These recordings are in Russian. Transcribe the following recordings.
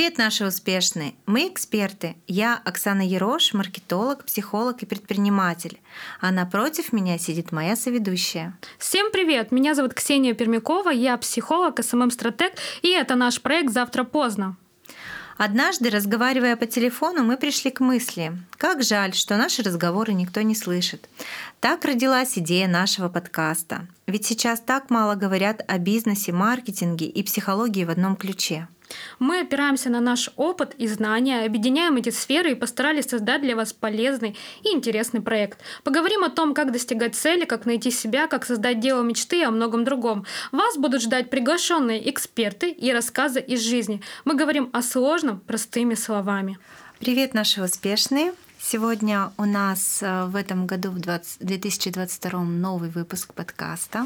Привет, наши успешные! Мы эксперты. Я Оксана Ерош, маркетолог, психолог и предприниматель. А напротив меня сидит моя соведущая. Всем привет! Меня зовут Ксения Пермякова, я психолог, СММ-стратег, и это наш проект «Завтра поздно». Однажды, разговаривая по телефону, мы пришли к мысли, как жаль, что наши разговоры никто не слышит. Так родилась идея нашего подкаста. Ведь сейчас так мало говорят о бизнесе, маркетинге и психологии в одном ключе. Мы опираемся на наш опыт и знания, объединяем эти сферы и постарались создать для вас полезный и интересный проект. Поговорим о том, как достигать цели, как найти себя, как создать дело мечты и о многом другом. Вас будут ждать приглашенные эксперты и рассказы из жизни. Мы говорим о сложном простыми словами. Привет, наши успешные! Сегодня у нас в этом году, в 2022, новый выпуск подкаста.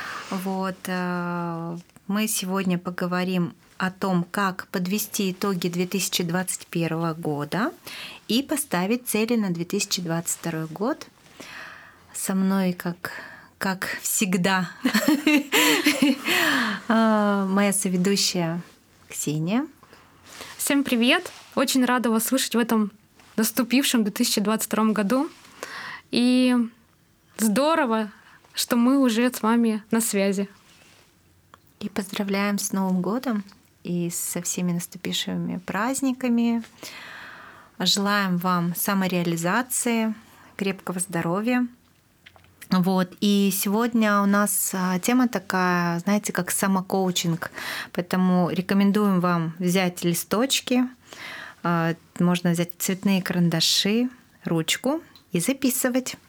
Мы сегодня поговорим о том, как подвести итоги 2021 года и поставить цели на 2022 год. Со мной, как всегда, моя соведущая Ксения. Всем привет! Очень рада вас слышать в этом наступившем 2022 году. И здорово, что мы уже с вами на связи. И поздравляем с Новым годом и со всеми наступившими праздниками. Желаем вам самореализации, крепкого здоровья. И сегодня у нас тема такая, знаете, как самокоучинг. Поэтому рекомендуем вам взять листочки, можно взять цветные карандаши, ручку и записывать.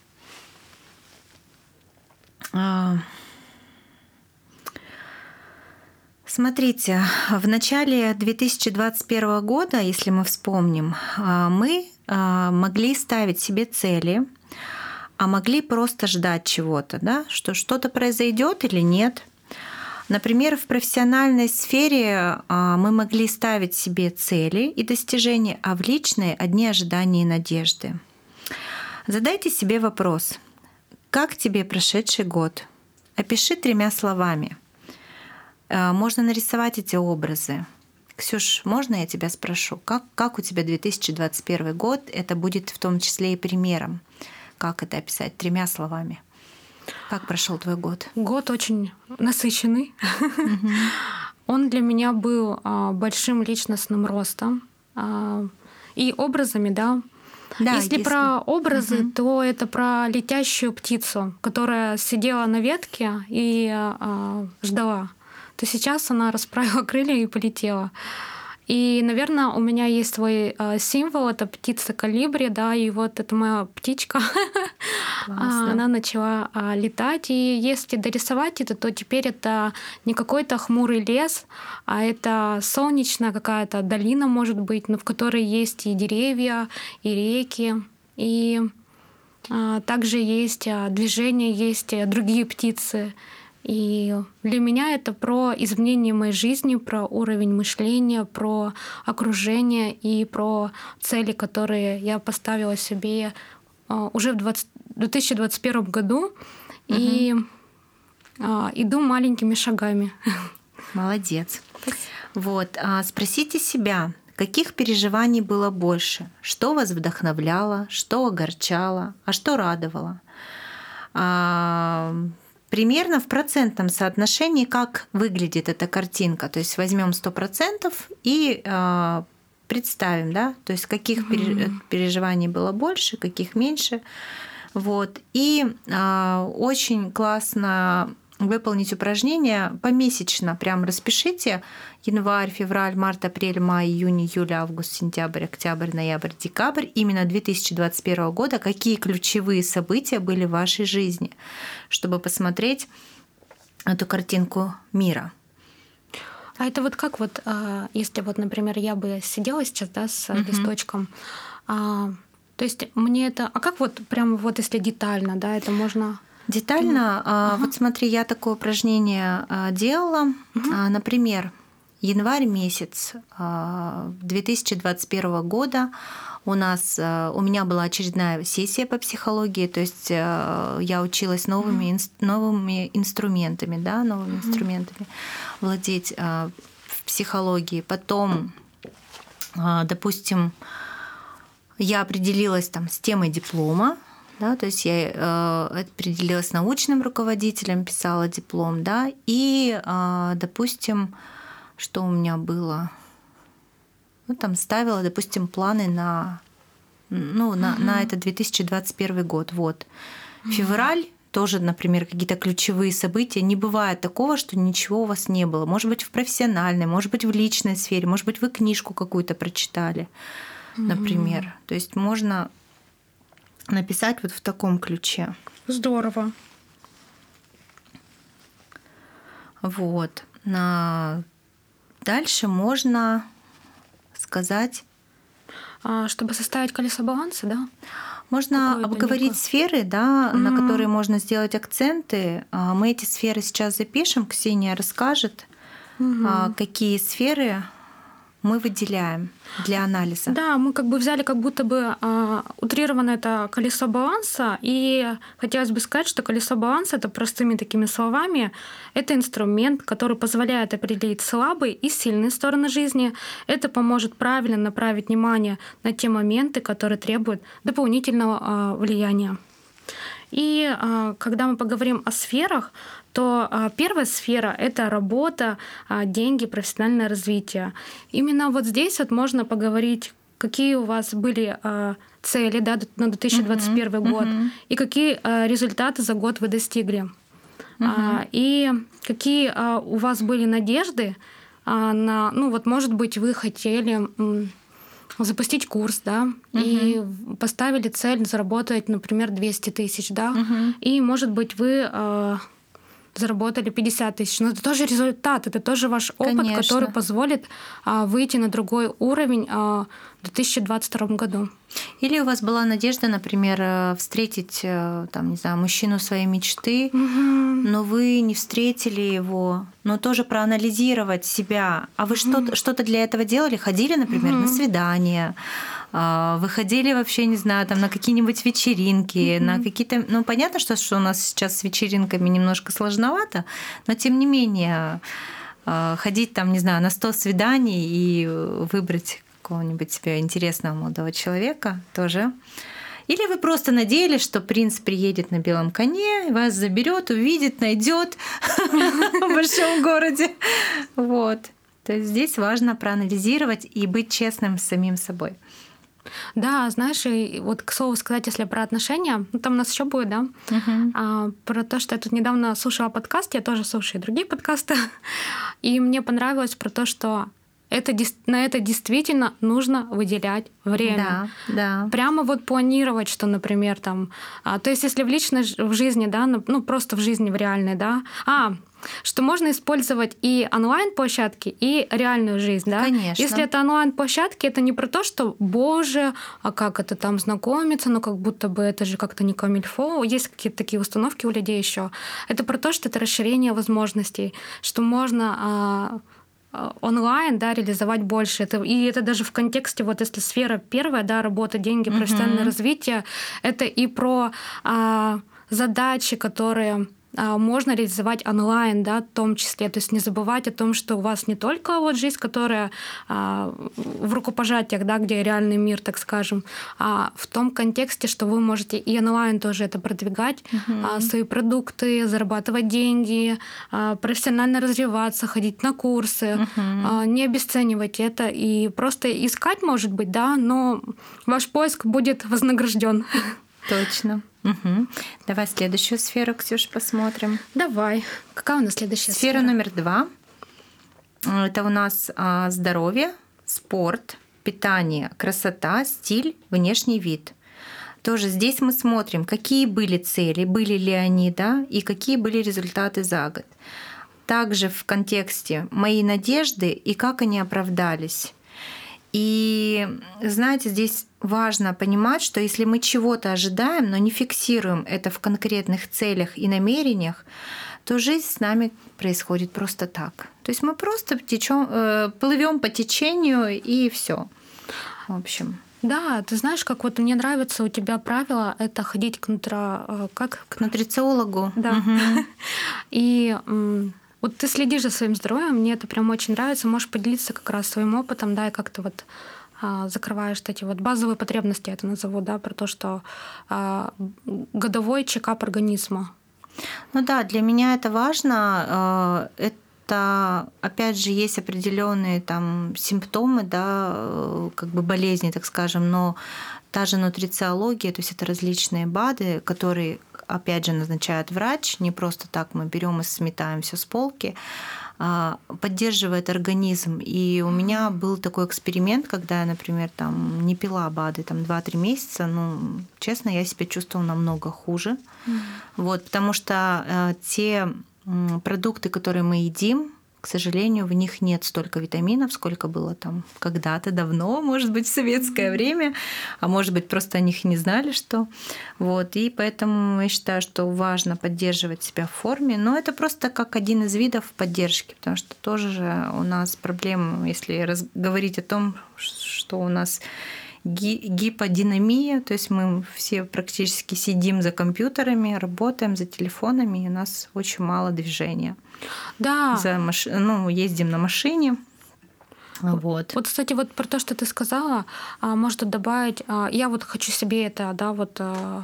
Смотрите, в начале 2021 года, если мы вспомним, мы могли ставить себе цели, а могли просто ждать чего-то, да? Что что-то произойдет или нет. Например, в профессиональной сфере мы могли ставить себе цели и достижения, а в личной — одни ожидания и надежды. Задайте себе вопрос: как тебе прошедший год? Опиши 3 словами. Можно нарисовать эти образы. Ксюш, можно я тебя спрошу, как у тебя 2021 год? Это будет в том числе и примером. Как это описать 3 словами? Как прошел твой год? Год очень насыщенный. Он для меня был большим личностным ростом и образами, да. Если про образы, то это про летящую птицу, которая сидела на ветке и ждала. То сейчас она расправила крылья и полетела. И, наверное, у меня есть свой символ, это птица колибри, да, и вот это моя птичка, она начала летать. И если дорисовать это, то теперь это не какой-то хмурый лес, а это солнечная какая-то долина, может быть, но в которой есть и деревья, и реки, и также есть движение, есть другие птицы. И для меня это про изменение моей жизни, про уровень мышления, про окружение и про цели, которые я поставила себе уже в 2021 году. И иду маленькими шагами. Молодец. Спросите себя, каких переживаний было больше? Что вас вдохновляло, что огорчало, а что радовало? Примерно в процентном соотношении, как выглядит эта картинка. То есть возьмем 100% и представим, да, то есть каких переживаний было больше, каких меньше. И очень классно выполнить упражнение помесячно. Прям распишите январь, февраль, март, апрель, май, июнь, июль, август, сентябрь, октябрь, ноябрь, декабрь. Именно 2021 года какие ключевые события были в вашей жизни, чтобы посмотреть эту картинку мира. А это вот как если например, я бы сидела сейчас, да, с листочком, то есть мне это... А как прямо если детально, да, это можно... Детально? Смотри, я такое упражнение делала. Например, январь месяц 2021 года у меня была очередная сессия по психологии, то есть я училась новыми инструментами, да, новыми инструментами владеть в психологии. Потом допустим, я определилась там с темой диплома, да, то есть я определилась научным руководителем, писала диплом, да, и, допустим, что у меня было, ну, там ставила, допустим, планы на этот 2021 год, вот. Февраль тоже, например, какие-то ключевые события. Не бывает такого, что ничего у вас не было. Может быть, в профессиональной, может быть, в личной сфере, может быть, вы книжку какую-то прочитали, например. То есть можно написать вот в таком ключе. Здорово. Вот. Дальше можно сказать... Чтобы составить колесо баланса, да? Можно обговорить сферы, да, на которые можно сделать акценты. Мы эти сферы сейчас запишем. Ксения расскажет, какие сферы мы выделяем для анализа. Да, мы как бы взяли как будто бы утрированно это колесо баланса, и хотелось бы сказать, что колесо баланса — это простыми такими словами, это инструмент, который позволяет определить слабые и сильные стороны жизни. Это поможет правильно направить внимание на те моменты, которые требуют дополнительного влияния. И когда мы поговорим о сферах, то первая сфера — это работа, деньги, профессиональное развитие. Именно вот здесь вот можно поговорить, какие у вас были цели, да, на 2021 год, и какие результаты за год вы достигли. И какие у вас были надежды на... Ну вот, может быть, вы хотели запустить курс, да, и поставили цель заработать, например, 200 тысяч, да, и, может быть, вы заработали 50 тысяч. Но это тоже результат, это тоже ваш опыт, Конечно. Который позволит выйти на другой уровень в 2022 году. Или у вас была надежда, например, встретить, там, не знаю, мужчину своей мечты, но вы не встретили его, но тоже проанализировать себя. А вы что-то для этого делали? Ходили, например, на свидания? Выходили вообще, не знаю, там на какие-нибудь вечеринки, на какие-то... Ну, понятно, что у нас сейчас с вечеринками немножко сложновато, но тем не менее ходить там, не знаю, на 100 свиданий и выбрать какого-нибудь себе интересного молодого человека тоже. Или вы просто надеялись, что принц приедет на белом коне, вас заберет, увидит, найдет в большом городе. Вот. То есть здесь важно проанализировать и быть честным с самим собой. Да, знаешь, и вот к слову сказать, если про отношения, ну, там у нас еще будет, да, про то, что я тут недавно слушала подкаст, я тоже слушаю другие подкасты, и мне понравилось про то, что на это действительно нужно выделять время. Да. Прямо вот планировать, что, например, там... то есть если в жизни, да, ну просто в жизни, в реальной, да, что можно использовать и онлайн-площадки, и реальную жизнь, да? Конечно. Если это онлайн-площадки, это не про то, что, боже, а как это там знакомиться, ну как будто бы это же как-то не камильфо. Есть какие-то такие установки у людей еще. Это про то, что это расширение возможностей, что можно онлайн, да, реализовать больше. И это даже в контексте, вот если сфера первая, да, работа, деньги, профессиональное развитие, это и про задачи, которые можно реализовать онлайн, да, в том числе. То есть не забывать о том, что у вас не только вот жизнь, которая в рукопожатиях, да, где реальный мир, так скажем, а в том контексте, что вы можете и онлайн тоже это продвигать, свои продукты, зарабатывать деньги, профессионально развиваться, ходить на курсы, не обесценивать это и просто искать, может быть, да, но ваш поиск будет вознагражден. Точно. Давай следующую сферу, Ксюш, посмотрим. Давай. Какая у нас следующая сфера? Сфера номер 2. Это у нас здоровье, спорт, питание, красота, стиль, внешний вид. Тоже здесь мы смотрим, какие были цели, были ли они, да, и какие были результаты за год. Также в контексте мои надежды и как они оправдались. И, знаете, здесь важно понимать, что если мы чего-то ожидаем, но не фиксируем это в конкретных целях и намерениях, то жизнь с нами происходит просто так. То есть мы просто плывем по течению и все. В общем. Да, ты знаешь, как вот мне нравится у тебя правило — это ходить к нутрициологу. Да. И вот ты следишь за своим здоровьем, мне это прям очень нравится. Можешь поделиться как раз своим опытом, да, и как ты вот закрываешь эти вот базовые потребности, я это назову, да, про то, что годовой чекап организма. Ну да, для меня это важно. Это, опять же, есть определенные там симптомы, да, как бы болезни, так скажем, но та же нутрициология, то есть это различные БАДы, которые, опять же, назначает врач, не просто так мы берем и сметаем все с полки, поддерживает организм. И у меня был такой эксперимент, когда я, например, там не пила БАДы там 2-3 месяца, ну, честно, я себя чувствовала намного хуже. Вот, потому что те продукты, которые мы едим, к сожалению, в них нет столько витаминов, сколько было там когда-то давно, может быть, в советское время, а может быть, просто о них и не знали, что. Вот. И поэтому я считаю, что важно поддерживать себя в форме. Но это просто как один из видов поддержки, потому что тоже же у нас проблема, если говорить о том, что у нас гиподинамия, то есть мы все практически сидим за компьютерами, работаем за телефонами, и у нас очень мало движения. Да. Ездим на машине. Вот. Вот, кстати, вот про то, что ты сказала, можно добавить, я вот хочу себе это, да, вот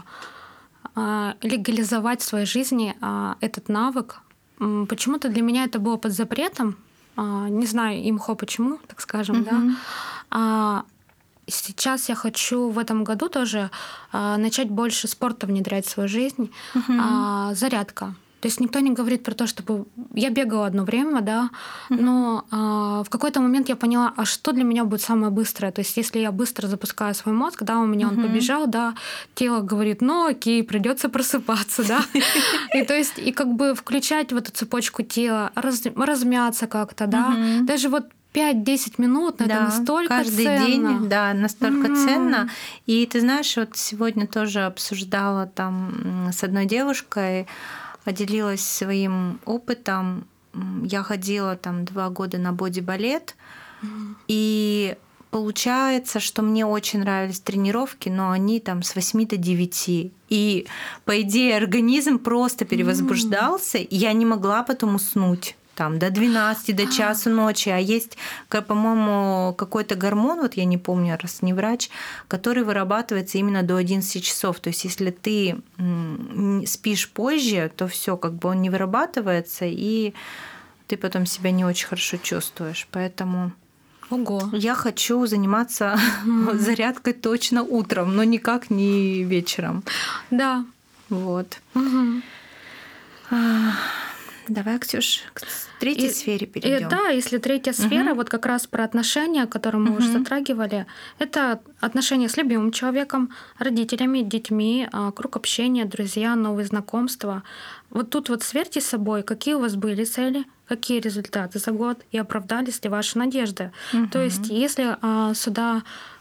легализовать в своей жизни этот навык. Почему-то для меня это было под запретом, не знаю, имхо почему, так скажем, да. Сейчас я хочу в этом году тоже начать больше спорта внедрять в свою жизнь. Зарядка. То есть никто не говорит про то, чтобы... Я бегала одно время, да, но в какой-то момент я поняла, а что для меня будет самое быстрое. То есть если я быстро запускаю свой мозг, да, у меня он побежал, да, тело говорит, ну окей, придется просыпаться, да. И то есть и как бы включать в эту цепочку тела, размяться как-то, да. Даже вот 5-10 минут, это настолько каждый ценно. День, да, настолько ценно. И ты знаешь, вот сегодня тоже обсуждала там с одной девушкой, поделилась своим опытом. Я ходила там 2 года на боди-балет, и получается, что мне очень нравились тренировки, но они там с 8 до 9. И, по идее, организм просто перевозбуждался, и я не могла потом уснуть. Там, до 12, до часу ночи. А есть, по-моему, какой-то гормон, вот я не помню, раз не врач, который вырабатывается именно до 11 часов. То есть если ты спишь позже, то все, как бы он не вырабатывается, и ты потом себя не очень хорошо чувствуешь. Поэтому я хочу заниматься зарядкой точно утром, но никак не вечером. Да. Вот. Давай, Ксюш, к третьей сфере перейдем. Да, если третья сфера, вот как раз про отношения, которые мы уже затрагивали, это отношения с любимым человеком, родителями, детьми, круг общения, друзья, новые знакомства. Вот тут вот сверьте с собой, какие у вас были цели, какие результаты за год и оправдались ли ваши надежды. То есть если сюда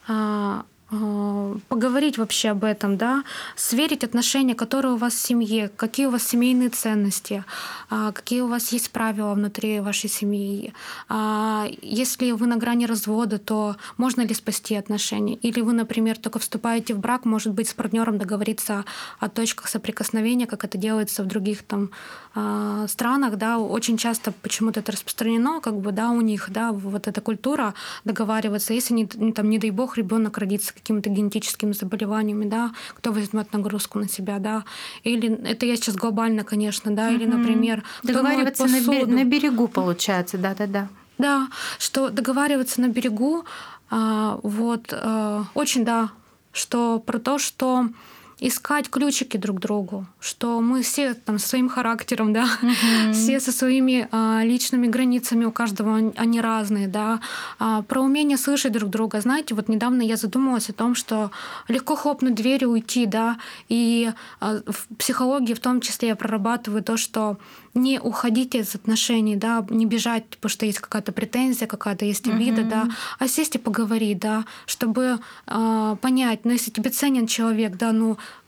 поговорить вообще об этом, да, сверить отношения, которые у вас в семье, какие у вас семейные ценности, какие у вас есть правила внутри вашей семьи. Если вы на грани развода, то можно ли спасти отношения? Или вы, например, только вступаете в брак, может быть, с партнером договориться о точках соприкосновения, как это делается в других там странах, да, очень часто почему-то это распространено, как бы, да, у них, да, вот эта культура договариваться, если там, не дай бог, ребенок родится с какими-то генетическими заболеваниями, да, кто возьмет нагрузку на себя, да, или это я сейчас глобально, конечно, да, или, например, договариваться на берегу, получается, да. Да, что договариваться на берегу, вот, очень, да, что про то, что искать ключики друг другу, что мы все там своим характером, да, все со своими личными границами, у каждого они разные, да, про умение слышать друг друга. Знаете, вот недавно я задумалась о том, что легко хлопнуть дверь и уйти, да, и в психологии в том числе я прорабатываю то, что не уходить из отношений, да, не бежать, потому что есть какая-то претензия, какая-то есть обида, да, а сесть и поговорить, да, чтобы понять, ну, если тебе ценен человек, да, ну,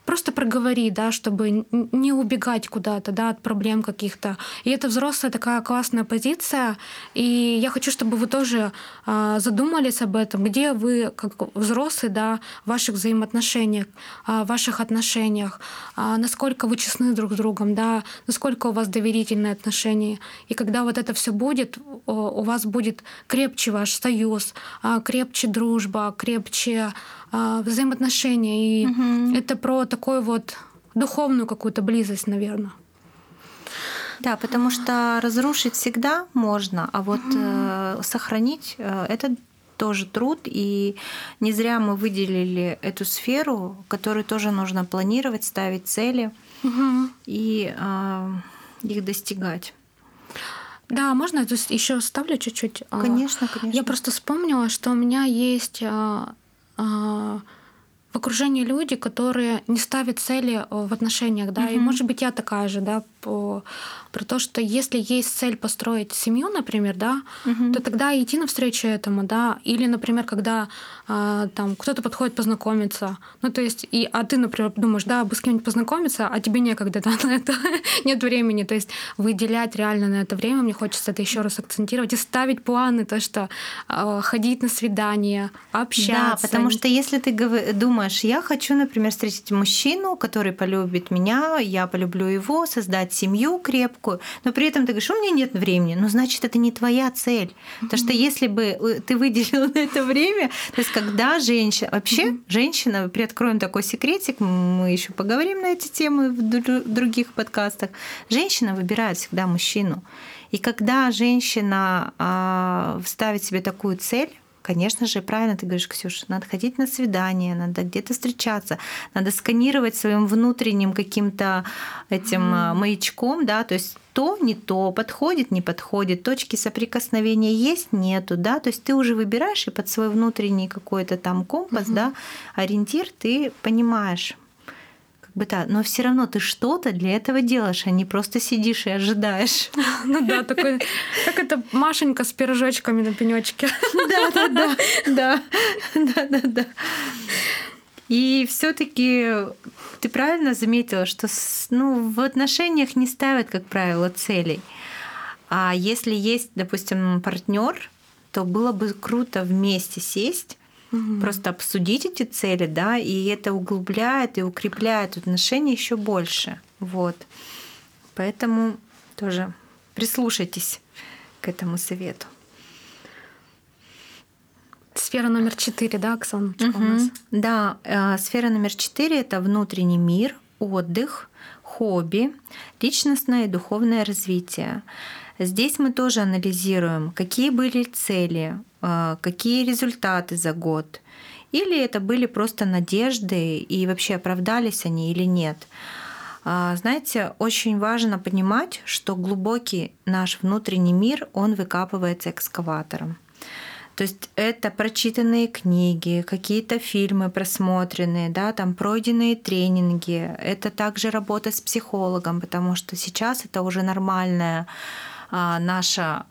просто проговорить, да, чтобы не убегать куда-то, да, от проблем каких-то. И это взрослая такая классная позиция. И я хочу, чтобы вы тоже задумались об этом, где вы, как взрослый, да, в ваших взаимоотношениях, в ваших отношениях, насколько вы честны друг с другом, да, насколько у вас доверительные отношения. И когда вот это все будет, у вас будет крепче ваш союз, крепче дружба, крепче взаимоотношения. И это про такую вот духовную какую-то близость, наверное. Да, потому что разрушить всегда можно, а вот сохранить это тоже труд, и не зря мы выделили эту сферу, которую тоже нужно планировать, ставить цели и их достигать. Да, можно я тут еще ставлю чуть-чуть? Конечно, конечно. Я просто вспомнила, что у меня есть в окружении люди, которые не ставят цели в отношениях, да, и может быть я такая же, да, про то, что если есть цель построить семью, например, да, то тогда идти навстречу этому, да, или, например, когда там кто-то подходит познакомиться, ну то есть а ты, например, думаешь, да, бы с кем-нибудь познакомиться, а тебе некогда, да, на это нет времени, то есть выделять реально на это время, мне хочется это еще раз акцентировать и ставить планы, то что ходить на свидания, общаться. Да, потому что если ты думаешь, я хочу, например, встретить мужчину, который полюбит меня, я полюблю его, создать семью крепкую, но при этом ты говоришь, у меня нет времени, ну, значит, это не твоя цель. Потому что если бы ты выделила на это время, то есть когда женщина, вообще женщина, приоткроем такой секретик, мы еще поговорим на эти темы в других подкастах, женщина выбирает всегда мужчину. И когда женщина ставит себе такую цель, конечно же, правильно ты говоришь, Ксюша, надо ходить на свидание, надо где-то встречаться, надо сканировать своим внутренним каким-то этим маячком, да, то есть то, не то, подходит, не подходит, точки соприкосновения есть, нету, да, то есть ты уже выбираешь и под свой внутренний какой-то там компас, да, ориентир, ты понимаешь. Да, но все равно ты что-то для этого делаешь, а не просто сидишь и ожидаешь. Ну да, такой, как это Машенька с пирожочками на пенечке. Да. И все-таки ты правильно заметила, что в отношениях не ставят, как правило, целей. А если есть, допустим, партнер, то было бы круто вместе сесть, просто обсудить эти цели, да, и это углубляет и укрепляет отношения еще больше. Вот. Поэтому тоже прислушайтесь к этому совету. Сфера номер 4, да, Оксаночка, у нас? Да, сфера номер 4 — это внутренний мир, отдых, хобби, личностное и духовное развитие. Здесь мы тоже анализируем, какие были цели, какие результаты за год, или это были просто надежды, и вообще оправдались они или нет. Знаете, очень важно понимать, что глубокий наш внутренний мир, он выкапывается экскаватором. То есть это прочитанные книги, какие-то фильмы просмотренные, да, там пройденные тренинги. Это также работа с психологом, потому что сейчас это уже нормальная наша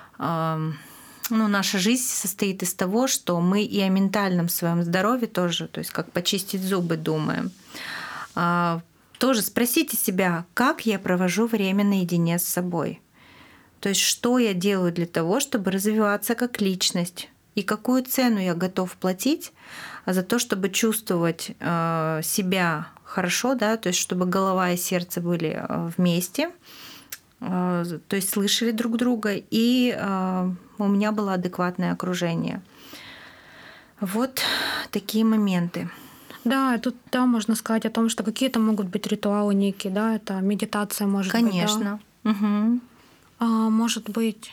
жизнь состоит из того, что мы и о ментальном своем здоровье тоже, то есть как почистить зубы, думаем. Тоже спросите себя, как я провожу время наедине с собой. То есть что я делаю для того, чтобы развиваться как личность, и какую цену я готов платить за то, чтобы чувствовать себя хорошо, да, то есть чтобы голова и сердце были вместе, то есть слышали друг друга, и у меня было адекватное окружение. Вот такие моменты. Да, тут можно сказать о том, что какие-то могут быть ритуалы некие, да, это медитация может быть. Конечно. Угу. Может быть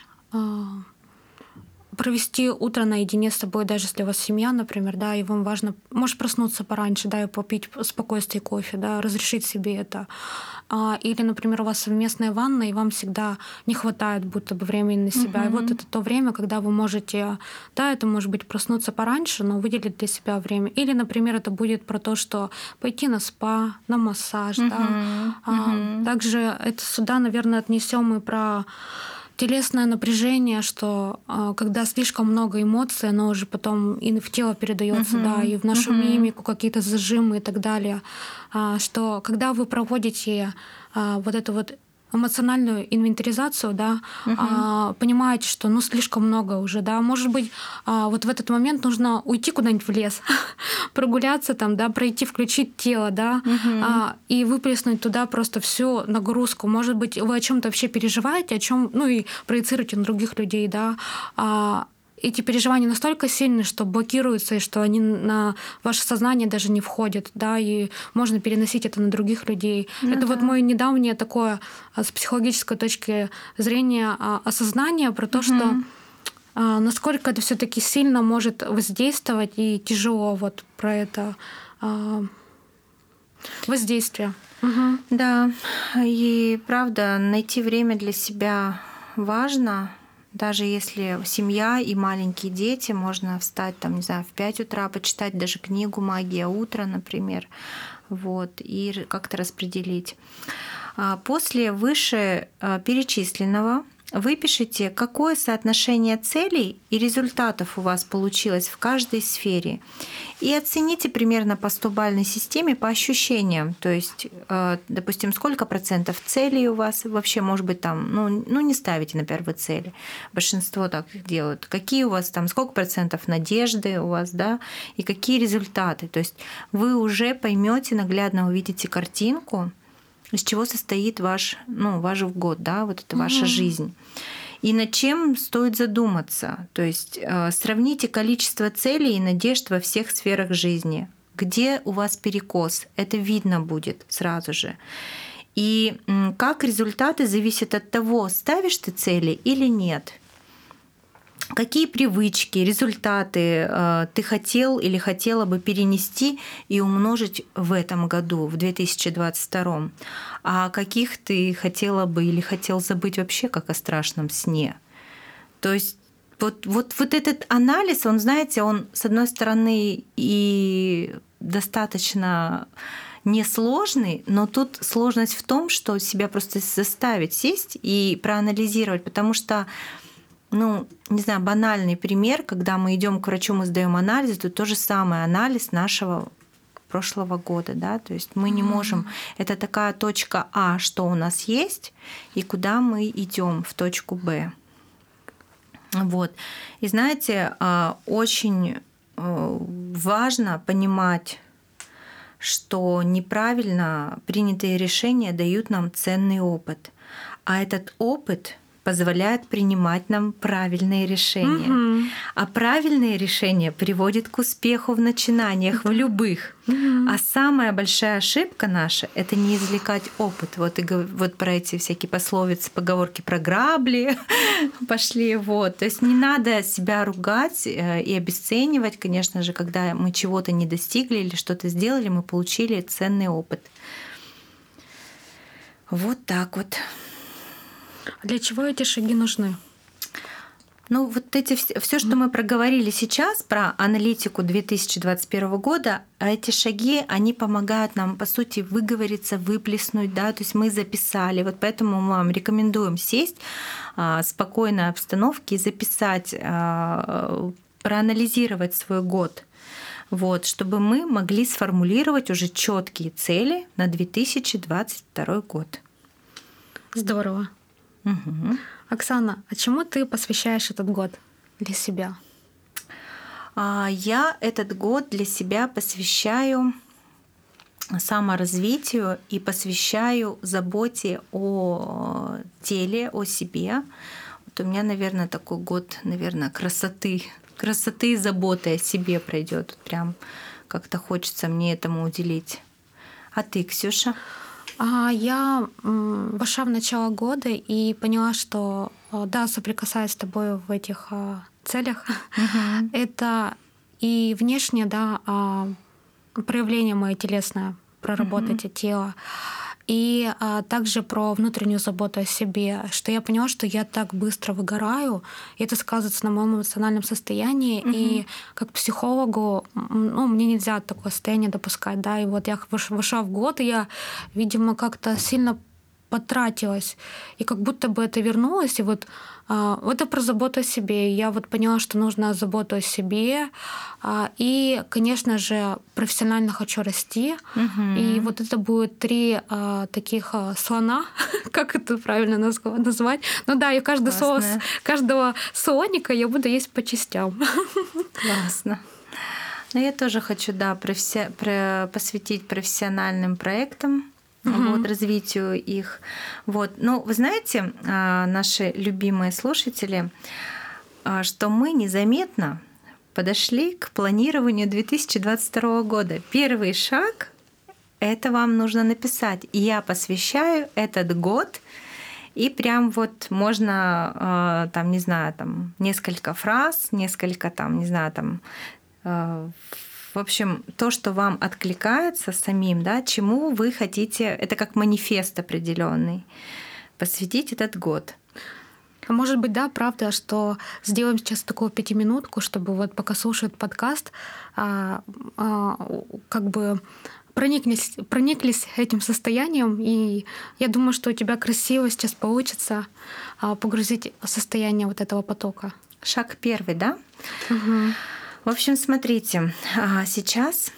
провести утро наедине с собой, даже если у вас семья, например, да, и вам важно, может проснуться пораньше, да, и попить спокойствие кофе, да, разрешить себе это. Или, например, у вас совместная ванна, и вам всегда не хватает будто бы времени на себя. И вот это то время, когда вы можете, да, это может быть проснуться пораньше, но выделить для себя время. Или, например, это будет про то, что пойти на спа, на массаж, да. Также это сюда, наверное, отнесем и про телесное напряжение, что когда слишком много эмоций, оно уже потом и в тело передается, да, и в нашу мимику, какие-то зажимы и так далее. Что когда вы проводите вот эту вот эмоциональную инвентаризацию, да, понимаете, что слишком много уже, да, может быть, вот в этот момент нужно уйти куда-нибудь в лес, прогуляться там, да, пройти, включить тело, да, и выплеснуть туда просто всю нагрузку. Может быть, вы о чем-то вообще переживаете, о чем, и проецируете на других людей, да. Эти переживания настолько сильны, что блокируются, и что они на ваше сознание даже не входят, да, и можно переносить это на других людей. Это вот мое недавнее такое с психологической точки зрения осознание про то, что насколько это все-таки сильно может воздействовать, и тяжело вот про это воздействие. Да, и правда, найти время для себя важно. Даже если семья и маленькие дети, можно встать там, не знаю, в 5 утра, почитать даже книгу «Магия утра», например, вот, и как-то распределить. После вышеперечисленного выпишите, какое соотношение целей и результатов у вас получилось в каждой сфере. И оцените примерно по 100-бальной системе по ощущениям. То есть, допустим, сколько процентов целей у вас вообще, может быть, там, не ставите, например, вы цели. Большинство так делают. Какие у вас там, сколько процентов надежды у вас, да, и какие результаты. То есть вы уже поймете, наглядно увидите картинку, из чего состоит ваш год, да, вот это ваша жизнь. И над чем стоит задуматься. То есть сравните количество целей и надежд во всех сферах жизни. Где у вас перекос? Это видно будет сразу же. И как результаты зависят от того, ставишь ты цели или нет. Какие привычки, результаты ты хотел или хотела бы перенести и умножить в этом году, в 2022? А каких ты хотела бы или хотел забыть вообще, как о страшном сне? То есть вот этот анализ, он, знаете, он, с одной стороны, и достаточно несложный, но тут сложность в том, что себя просто заставить сесть и проанализировать, потому что не знаю, банальный пример, когда мы идем к врачу, мы сдаем анализ, это то же самое анализ нашего прошлого года, да, то есть мы не можем, это такая точка А, что у нас есть, и куда мы идем в точку Б. Вот. И знаете, очень важно понимать, что неправильно принятые решения дают нам ценный опыт, а этот опыт позволяет принимать нам правильные решения. А правильные решения приводят к успеху в начинаниях, в любых. А самая большая ошибка наша — это не извлекать опыт. Вот про эти всякие пословицы, поговорки про грабли пошли. Вот. То есть не надо себя ругать и обесценивать, конечно же, когда мы чего-то не достигли или что-то сделали, мы получили ценный опыт. Вот так вот. Для чего эти шаги нужны? Вот эти все, что мы проговорили сейчас про аналитику 2021 года, эти шаги, они помогают нам, по сути, выговориться, выплеснуть, да, то есть мы записали. Вот поэтому мы вам рекомендуем сесть в спокойной обстановке и записать, проанализировать свой год, вот, чтобы мы могли сформулировать уже четкие цели на 2022 год. Здорово. Угу. Оксана, а чему ты посвящаешь этот год для себя? Я этот год для себя посвящаю саморазвитию и посвящаю заботе о теле, о себе. Вот у меня, наверное, такой год, красоты и заботы о себе пройдет. Прям как-то хочется мне этому уделить. А ты, Ксюша? Я вошла в начало года и поняла, что да, соприкасаюсь с тобой в этих целях. Это и внешне, да, проявление мое телесное, проработать тело. И также про внутреннюю заботу о себе, что я поняла, что я так быстро выгораю, и это сказывается на моем эмоциональном состоянии. И как психологу, мне нельзя такое состояние допускать, да. И вот я вошла в год, и я, видимо, как-то сильно потратилось, и как будто бы это вернулось, и вот это про заботу о себе. Я вот поняла, что нужно заботу о себе, и, конечно же, профессионально хочу расти, и вот это будет 3 таких слона, как это правильно назвать? Ну да, и каждый соус каждого слоника я буду есть по частям. Классно. Но я тоже хочу, да, посвятить профессиональным проектам, вот, развитию их. Вот. Ну, вы знаете, наши любимые слушатели, что мы незаметно подошли к планированию 2022 года. Первый шаг — это вам нужно написать. И я посвящаю этот год, и прям вот можно, там, не знаю, там, несколько фраз, несколько, там, не знаю, там, в общем, то, что вам откликается самим, да, чему вы хотите, это как манифест определенный, посвятить этот год. А может быть, да, правда, что сделаем сейчас такую 5-минутку, чтобы вот пока слушают подкаст, как бы прониклись этим состоянием, и я думаю, что у тебя красиво сейчас получится погрузить в состояние вот этого потока. Шаг первый, да? В общем, смотрите, сейчас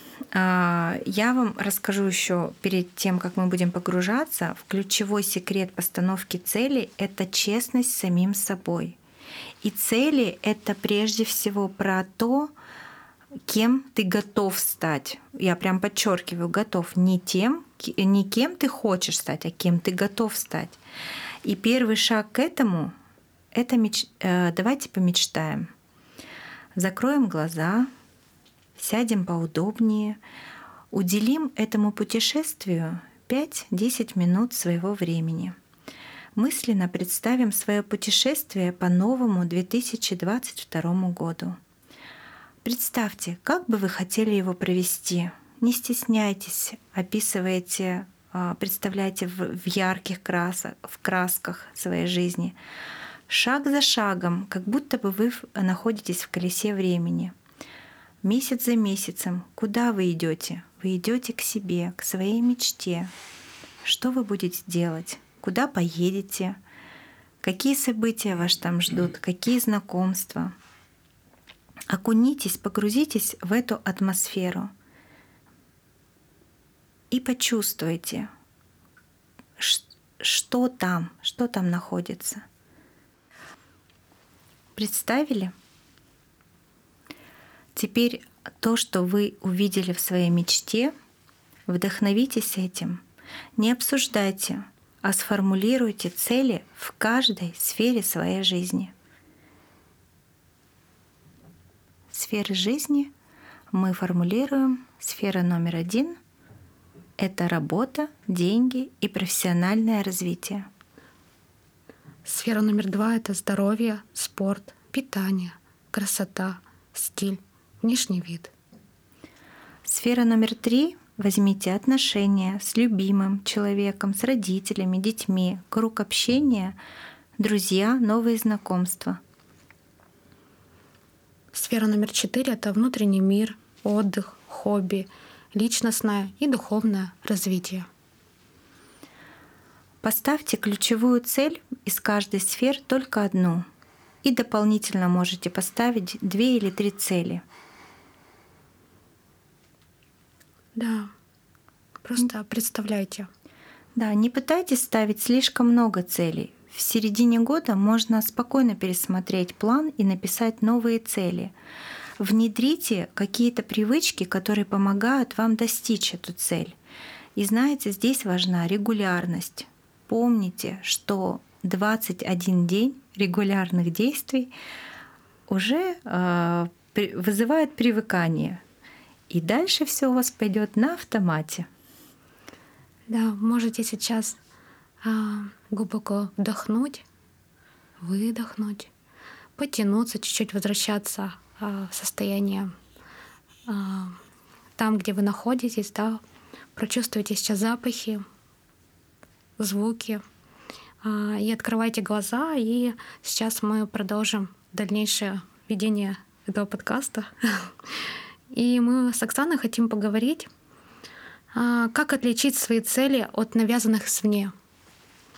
я вам расскажу еще перед тем, как мы будем погружаться, в ключевой секрет постановки целей — это честность с самим собой. И цели — это прежде всего про то, кем ты готов стать. Я прям подчеркиваю, готов не кем ты хочешь стать, а кем ты готов стать. И первый шаг к этому — это давайте помечтаем. Закроем глаза, сядем поудобнее, уделим этому путешествию 5-10 минут своего времени. Мысленно представим свое путешествие по новому 2022 году. Представьте, как бы вы хотели его провести. Не стесняйтесь, описывайте, представляйте в ярких красках своей жизни. Шаг за шагом, как будто бы вы находитесь в колесе времени. Месяц за месяцем, куда вы идете? Вы идете к себе, к своей мечте. Что вы будете делать? Куда поедете? Какие события вас там ждут? Какие знакомства? Окунитесь, погрузитесь в эту атмосферу и почувствуйте, что там находится. Представили? Теперь то, что вы увидели в своей мечте, вдохновитесь этим. Не обсуждайте, а сформулируйте цели в каждой сфере своей жизни. Сферы жизни мы формулируем. Сфера номер 1 — это работа, деньги и профессиональное развитие. Сфера номер 2 — это здоровье, спорт, питание, красота, стиль, внешний вид. Сфера номер 3 — возьмите отношения с любимым человеком, с родителями, детьми, круг общения, друзья, новые знакомства. Сфера номер 4 — это внутренний мир, отдых, хобби, личностное и духовное развитие. Поставьте ключевую цель из каждой сферы только одну. И дополнительно можете поставить 2 или 3 цели. Да, просто представляйте. Да, не пытайтесь ставить слишком много целей. В середине года можно спокойно пересмотреть план и написать новые цели. Внедрите какие-то привычки, которые помогают вам достичь эту цель. И знаете, здесь важна регулярность. Помните, что 21 день регулярных действий уже вызывает привыкание. И дальше все у вас пойдет на автомате. Да, можете сейчас глубоко вдохнуть, выдохнуть, потянуться, чуть-чуть возвращаться в состояние там, где вы находитесь, да, прочувствуйте сейчас запахи, звуки, и открывайте глаза, и сейчас мы продолжим дальнейшее ведение этого подкаста. И мы с Оксаной хотим поговорить, как отличить свои цели от навязанных извне.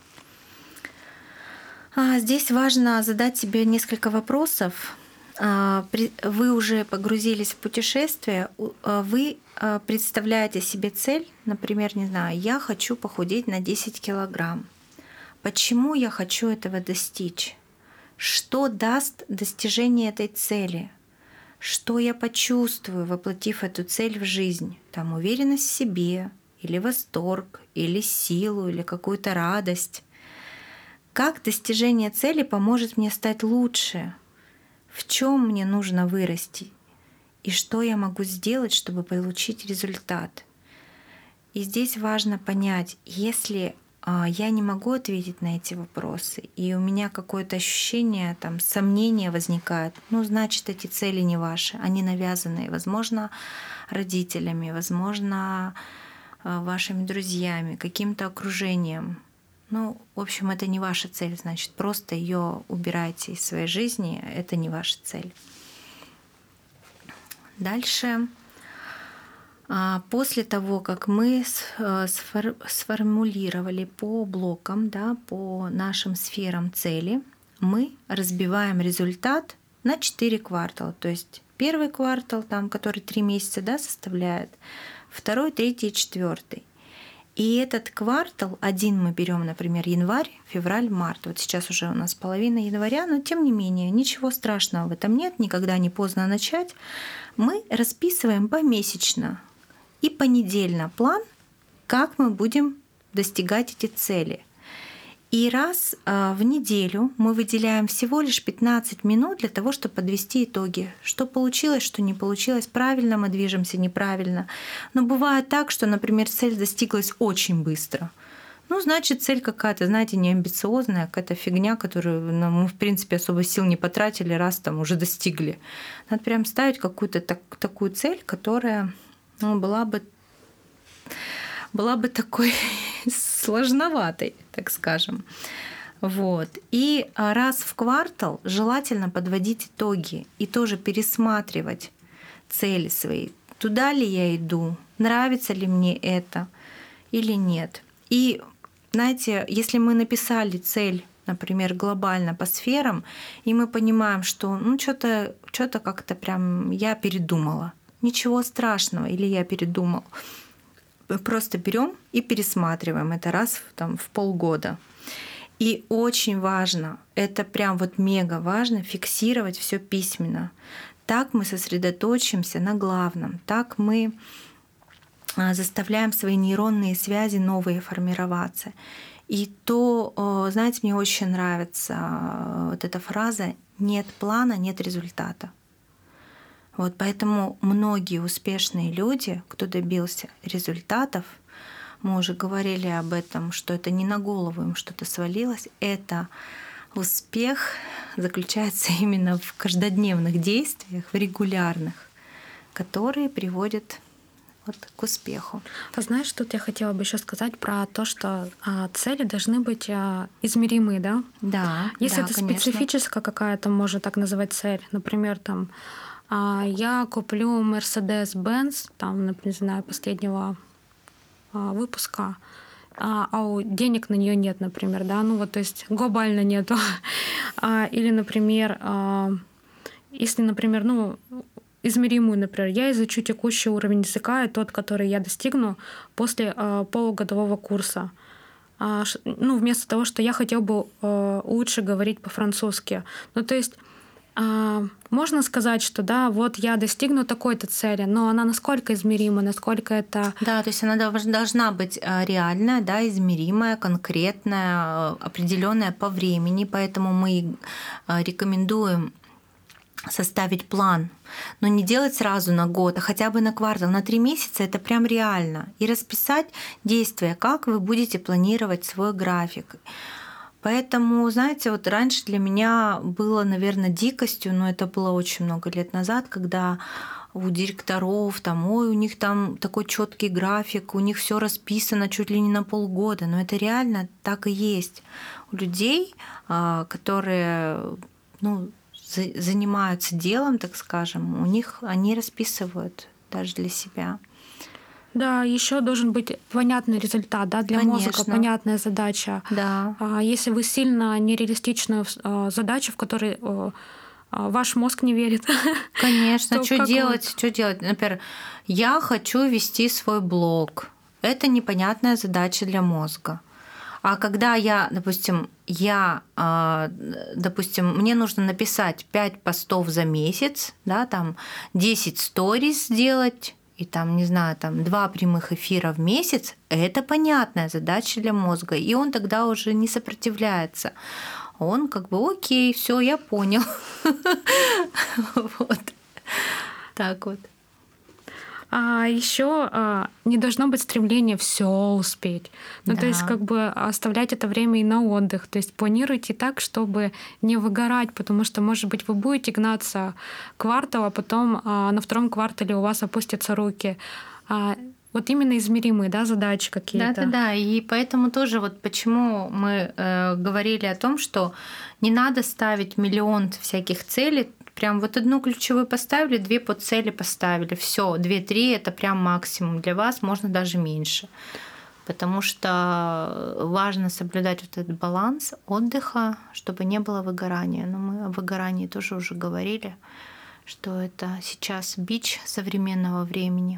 Здесь важно задать себе несколько вопросов. Вы уже погрузились в путешествие, вы представляете себе цель, например, не знаю, я хочу похудеть на 10 килограмм. Почему я хочу этого достичь? Что даст достижение этой цели? Что я почувствую, воплотив эту цель в жизнь? Там уверенность в себе, или восторг, или силу, или какую-то радость. Как достижение цели поможет мне стать лучше? В чем мне нужно вырасти? И что я могу сделать, чтобы получить результат? И здесь важно понять, если я не могу ответить на эти вопросы, и у меня какое-то ощущение, там, сомнение возникает, ну, значит, эти цели не ваши, они навязанные, возможно, родителями, возможно, вашими друзьями, каким-то окружением. Ну, в общем, это не ваша цель, значит, просто ее убирайте из своей жизни, это не ваша цель. Дальше. После того, как мы сформулировали по блокам, да, по нашим сферам цели, мы разбиваем результат на 4 квартала. То есть первый квартал, там, который 3 месяца, да, составляет, второй, третий и четвертый. И этот квартал, один мы берем, например, январь, февраль, март. Вот сейчас уже у нас половина января, но тем не менее, ничего страшного в этом нет, никогда не поздно начать. Мы расписываем помесячно и понедельно план, как мы будем достигать эти цели. И раз в неделю мы выделяем всего лишь 15 минут для того, чтобы подвести итоги. Что получилось, что не получилось, правильно мы движемся, неправильно. Но бывает так, что, например, цель достиглась очень быстро. Ну, значит, цель какая-то, знаете, не амбициозная, какая-то фигня, которую мы, в принципе, особо сил не потратили, раз там уже достигли. Надо прям ставить какую-то такую цель, которая была бы такой сложноватой, так скажем. Вот. И раз в квартал желательно подводить итоги и тоже пересматривать цели свои. Туда ли я иду? Нравится ли мне это или нет? И, знаете, если мы написали цель, например, глобально по сферам, и мы понимаем, что что-то как-то прям я передумала. Ничего страшного, или я передумал. Просто берем и пересматриваем это раз в полгода. И очень важно, это прям вот мега важно, фиксировать все письменно. Так мы сосредоточимся на главном, так мы заставляем свои нейронные связи новые формироваться. И то, знаете, мне очень нравится вот эта фраза «нет плана, нет результата». Вот поэтому многие успешные люди, кто добился результатов, мы уже говорили об этом, что это не на голову им что-то свалилось, это успех заключается именно в каждодневных действиях, в регулярных, которые приводят вот к успеху. А знаешь, тут я хотела бы еще сказать про то, что цели должны быть измеримые, да? Да. Если да, это конечно. специфическая какая-то, можно так называть цель, например, там я куплю Mercedes-Benz, там, например, не знаю, последнего выпуска, а денег на нее нет, например, да, ну вот, то есть глобально нету. Или, например, если, например, измеримую, например, я изучу текущий уровень языка и тот, который я достигну после полугодового курса. Вместо того, что я хотел бы лучше говорить по-французски. Ну, то есть можно сказать, что да, вот я достигну такой-то цели, но она насколько измерима, насколько это... Да, то есть она должна быть реальная, да, измеримая, конкретная, определенная по времени, поэтому мы рекомендуем составить план, но не делать сразу на год, а хотя бы на квартал, на 3 месяца это прям реально. И расписать действия, как вы будете планировать свой график. Поэтому, знаете, вот раньше для меня было, наверное, дикостью, но это было очень много лет назад, когда у директоров у них там такой четкий график, у них все расписано чуть ли не на полгода, но это реально так и есть. У людей, которые занимаются делом, так скажем, они расписывают даже для себя. Да, еще должен быть понятный результат, да, для Конечно. мозга понятная задача. Да. Если вы сильно нереалистичную задачу, в которой ваш мозг не верит. Конечно, то что как делать? Что делать? Например, я хочу вести свой блог. Это непонятная задача для мозга. А когда я, допустим, мне нужно написать 5 постов за месяц, да, там 10 сториз сделать, и там, не знаю, там 2 прямых эфира в месяц, это понятная задача для мозга, и он тогда уже не сопротивляется. Он как бы окей, все, я понял. Вот. Так вот. А еще не должно быть стремления все успеть. Ну, то есть, как бы оставлять это время и на отдых. То есть планируйте так, чтобы не выгорать, потому что, может быть, вы будете гнаться квартал, а потом на втором квартале у вас опустятся руки. Вот именно измеримые, да, задачи какие-то. Да. И поэтому тоже вот почему мы говорили о том, что не надо ставить миллион всяких целей. Прям вот одну ключевую поставили, 2 подцели поставили. Все, 2-3 это прям максимум для вас, можно даже меньше. Потому что важно соблюдать вот этот баланс отдыха, чтобы не было выгорания. Но мы о выгорании тоже уже говорили, что это сейчас бич современного времени.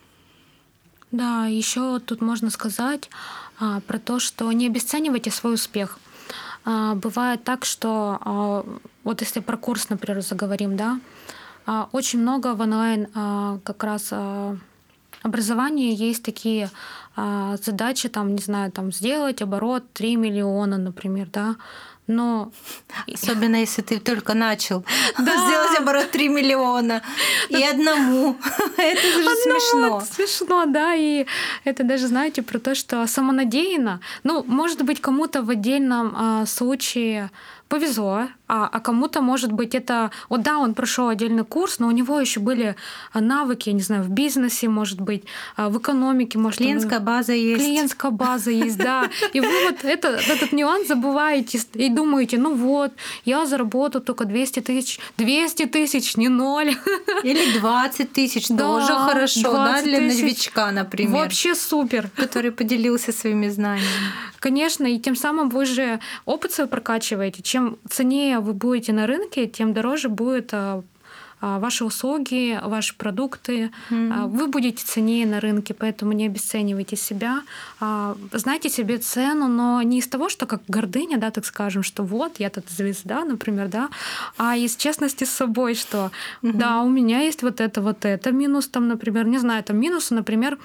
Да, еще тут можно сказать про то, что не обесценивайте свой успех. Бывает так, что вот если про курс, например, заговорим, да, очень много в онлайн как раз образовании есть такие задачи, там, не знаю, там сделать оборот 3 миллиона, например, да, но... Особенно если ты только начал сделать оборот 3 миллиона и одному. Это же смешно. Смешно, да, и это даже, знаете, про то, что самонадеянно, ну, может быть, кому-то в отдельном случае повезло, а кому-то, может быть, это... Вот да, он прошел отдельный курс, но у него еще были навыки, я не знаю, в бизнесе, может быть, в экономике, может... Клиентская база есть. Клиентская база есть, да. И вы вот этот нюанс забываете и думаете, ну вот, я заработал только 200 тысяч. 200 тысяч, не 0. Или 20 тысяч, тоже хорошо, да, для новичка, например. Вообще супер. Который поделился своими знаниями. Конечно, и тем самым вы же опыт свой прокачиваете. Чем ценнее вы будете на рынке, тем дороже будут ваши услуги, ваши продукты. Вы будете ценнее на рынке, поэтому не обесценивайте себя. Знайте себе цену, но не из того, что как гордыня, да, так скажем, что вот, я тут звезда, например, да, а из честности с собой, что да, у меня есть вот это. Минус там, например, не знаю, там минусы, например,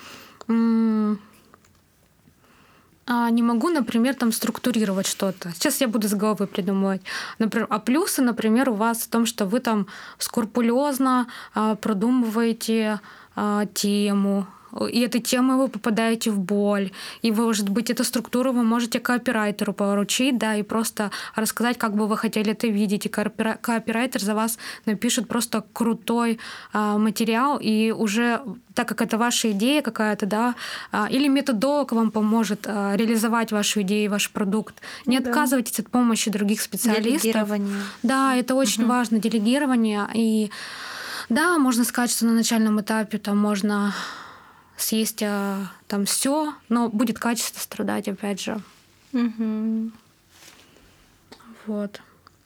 не могу, например, там структурировать что-то. Сейчас я буду с головы придумывать. Например, а плюсы, например, у вас в том, что вы там скрупулезно продумываете тему, и этой темой вы попадаете в боль. И, может быть, эту структуру вы можете копирайтеру поручить, да, и просто рассказать, как бы вы хотели это видеть. И копирайтер за вас напишет просто крутой материал, и уже, так как это ваша идея какая-то, да, или методолог вам поможет реализовать вашу идею, ваш продукт. Не отказывайтесь от помощи других специалистов. Делегирование. Да, это очень важно, делегирование. И да, можно сказать, что на начальном этапе там можно съесть там все, но будет качество страдать, опять же. Вот.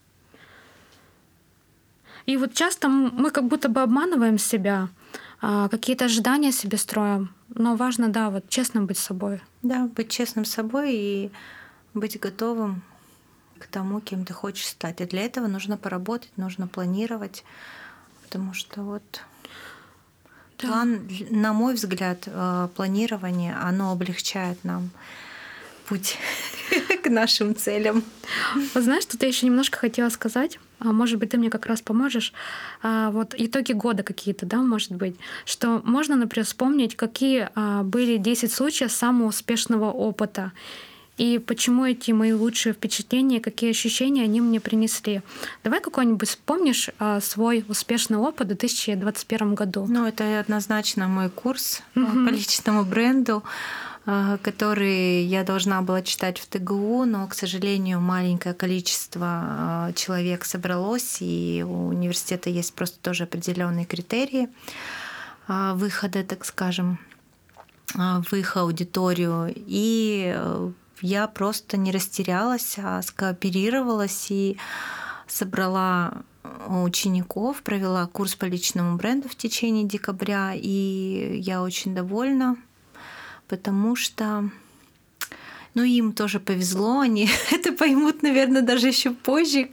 И вот часто мы как будто бы обманываем себя, какие-то ожидания себе строим, но важно, да, вот честно быть с собой. Да, быть честным с собой и быть готовым к тому, кем ты хочешь стать. И для этого нужно поработать, нужно планировать, потому что вот план, на мой взгляд, планирование, оно облегчает нам путь к нашим целям. Вот знаешь, что я еще немножко хотела сказать, может быть, ты мне как раз поможешь. Вот итоги года какие-то, да, может быть, что можно, например, вспомнить, какие были 10 случаев самого успешного опыта. И почему эти мои лучшие впечатления, какие ощущения они мне принесли. Давай какой-нибудь вспомнишь свой успешный опыт в 2021 году. Ну, это однозначно мой курс по личному бренду, который я должна была читать в ТГУ, но, к сожалению, маленькое количество человек собралось, и у университета есть просто тоже определенные критерии выхода, так скажем. в их аудиторию. И я просто не растерялась, а скооперировалась и собрала учеников, провела курс по личному бренду в течение декабря. И я очень довольна, потому что им тоже повезло, они это поймут, наверное, даже еще позже,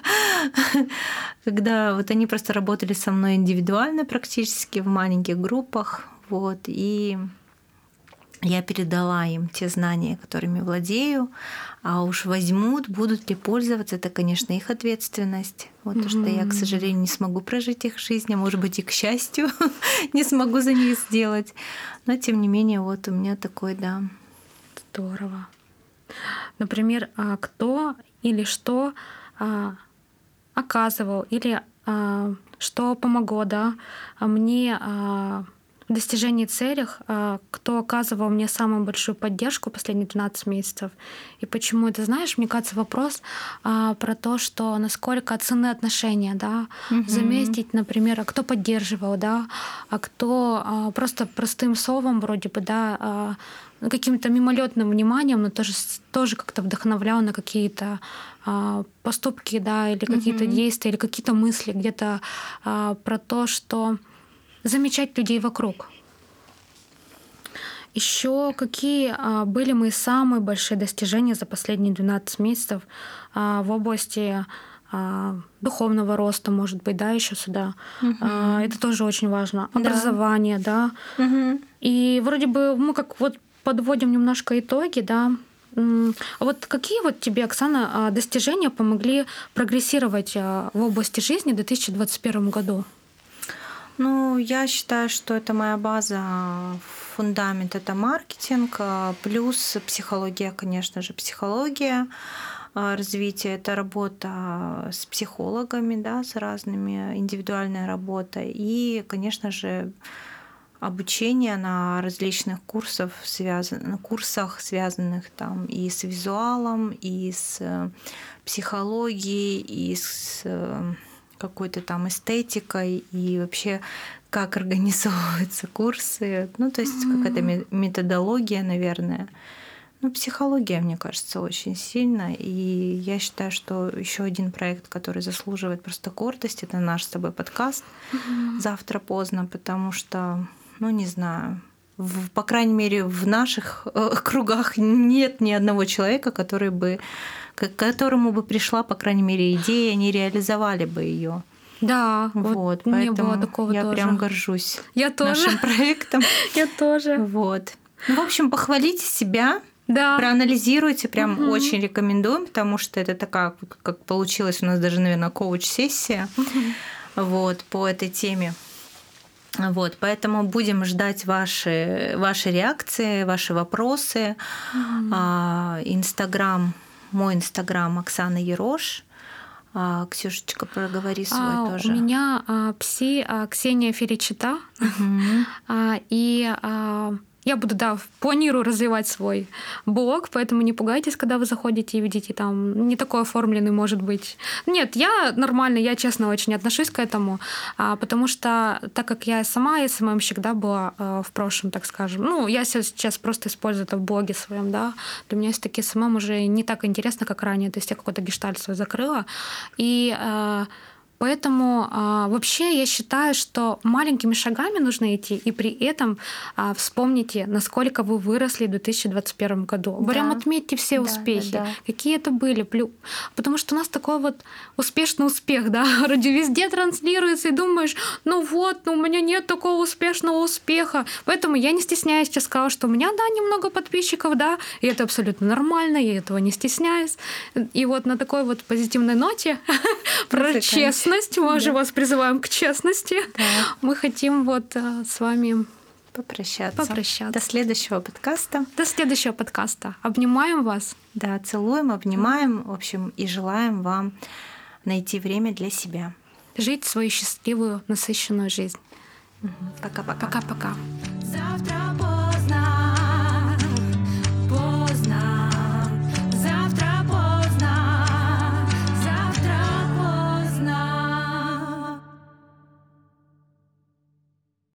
когда вот они просто работали со мной индивидуально практически в маленьких группах, и я передала им те знания, которыми владею, а уж возьмут, будут ли пользоваться, это, конечно, их ответственность. То, что я, к сожалению, не смогу прожить их жизнь, а может быть и к счастью не смогу за них сделать. Но тем не менее, у меня такой, да. Здорово. Например, кто или что оказывал или что помогло, мне в достижении целей, кто оказывал мне самую большую поддержку последние 12 месяцев. И почему это, знаешь, мне кажется, вопрос про то, что насколько ценны отношения, заметить, например, кто поддерживал, а кто просто простым словом вроде бы, каким-то мимолетным вниманием, но тоже как-то вдохновлял на какие-то поступки, или какие-то действия, или какие-то мысли где-то про то, что замечать людей вокруг. Еще какие были мои самые большие достижения за последние 12 месяцев в области духовного роста, может быть, еще сюда. Это тоже очень важно. Образование, И вроде бы мы как подводим немножко итоги, А какие тебе, Оксана, достижения помогли прогрессировать в области жизни в 2021 году? Я считаю, что это моя база, фундамент — это маркетинг, плюс психология, конечно же, психология, развитие — это работа с психологами, с разными, индивидуальная работа и, конечно же, обучение на различных курсах, связанных и с визуалом, и с психологией, и с какой-то эстетикой, и вообще как организовываются курсы, то есть какая-то методология, наверное. Психология, мне кажется, очень сильно. И я считаю, что еще один проект, который заслуживает просто гордости, это наш с тобой подкаст «Завтра поздно», потому что, не знаю, по крайней мере, в наших кругах нет ни одного человека, к которому бы пришла, по крайней мере, идея, они реализовали бы ее. Да, поэтому не было такого я тоже. Прям горжусь тоже. нашим проектом. Я тоже. В общем, похвалите себя, проанализируйте, прям очень рекомендуем, потому что это такая, как получилась у нас даже, наверное, коуч-сессия по этой теме. Поэтому будем ждать ваши реакции, ваши вопросы. Мой инстаграм Оксана Ерош. Ксюшечка, проговори свой тоже. У меня Ксения Феричита. И я буду, планирую развивать свой блог, поэтому не пугайтесь, когда вы заходите и видите, там не такой оформленный, может быть. Нет, я нормально, я честно очень отношусь к этому, потому что так как я сама СММщик, была в прошлом, так скажем, я сейчас просто использую это в блоге своем, для меня все-таки СММ уже не так интересно, как ранее, то есть я какой-то гештальт свой закрыла, и поэтому вообще я считаю, что маленькими шагами нужно идти, и при этом вспомните, насколько вы выросли в 2021 году. Прям отметьте все успехи, какие это были. Потому что у нас такой успешный успех, вроде везде транслируется, и думаешь, у меня нет такого успешного успеха. Поэтому я не стесняюсь, сейчас сказала, что у меня, немного подписчиков, и это абсолютно нормально, я этого не стесняюсь. И на такой позитивной ноте про честность, мы же вас призываем к честности. Мы хотим с вами попрощаться. До следующего подкаста. Обнимаем вас. Целуем, обнимаем, в общем, и желаем вам найти время для себя. Жить свою счастливую, насыщенную жизнь. Пока-пока. Пока-пока. Завтра поздно.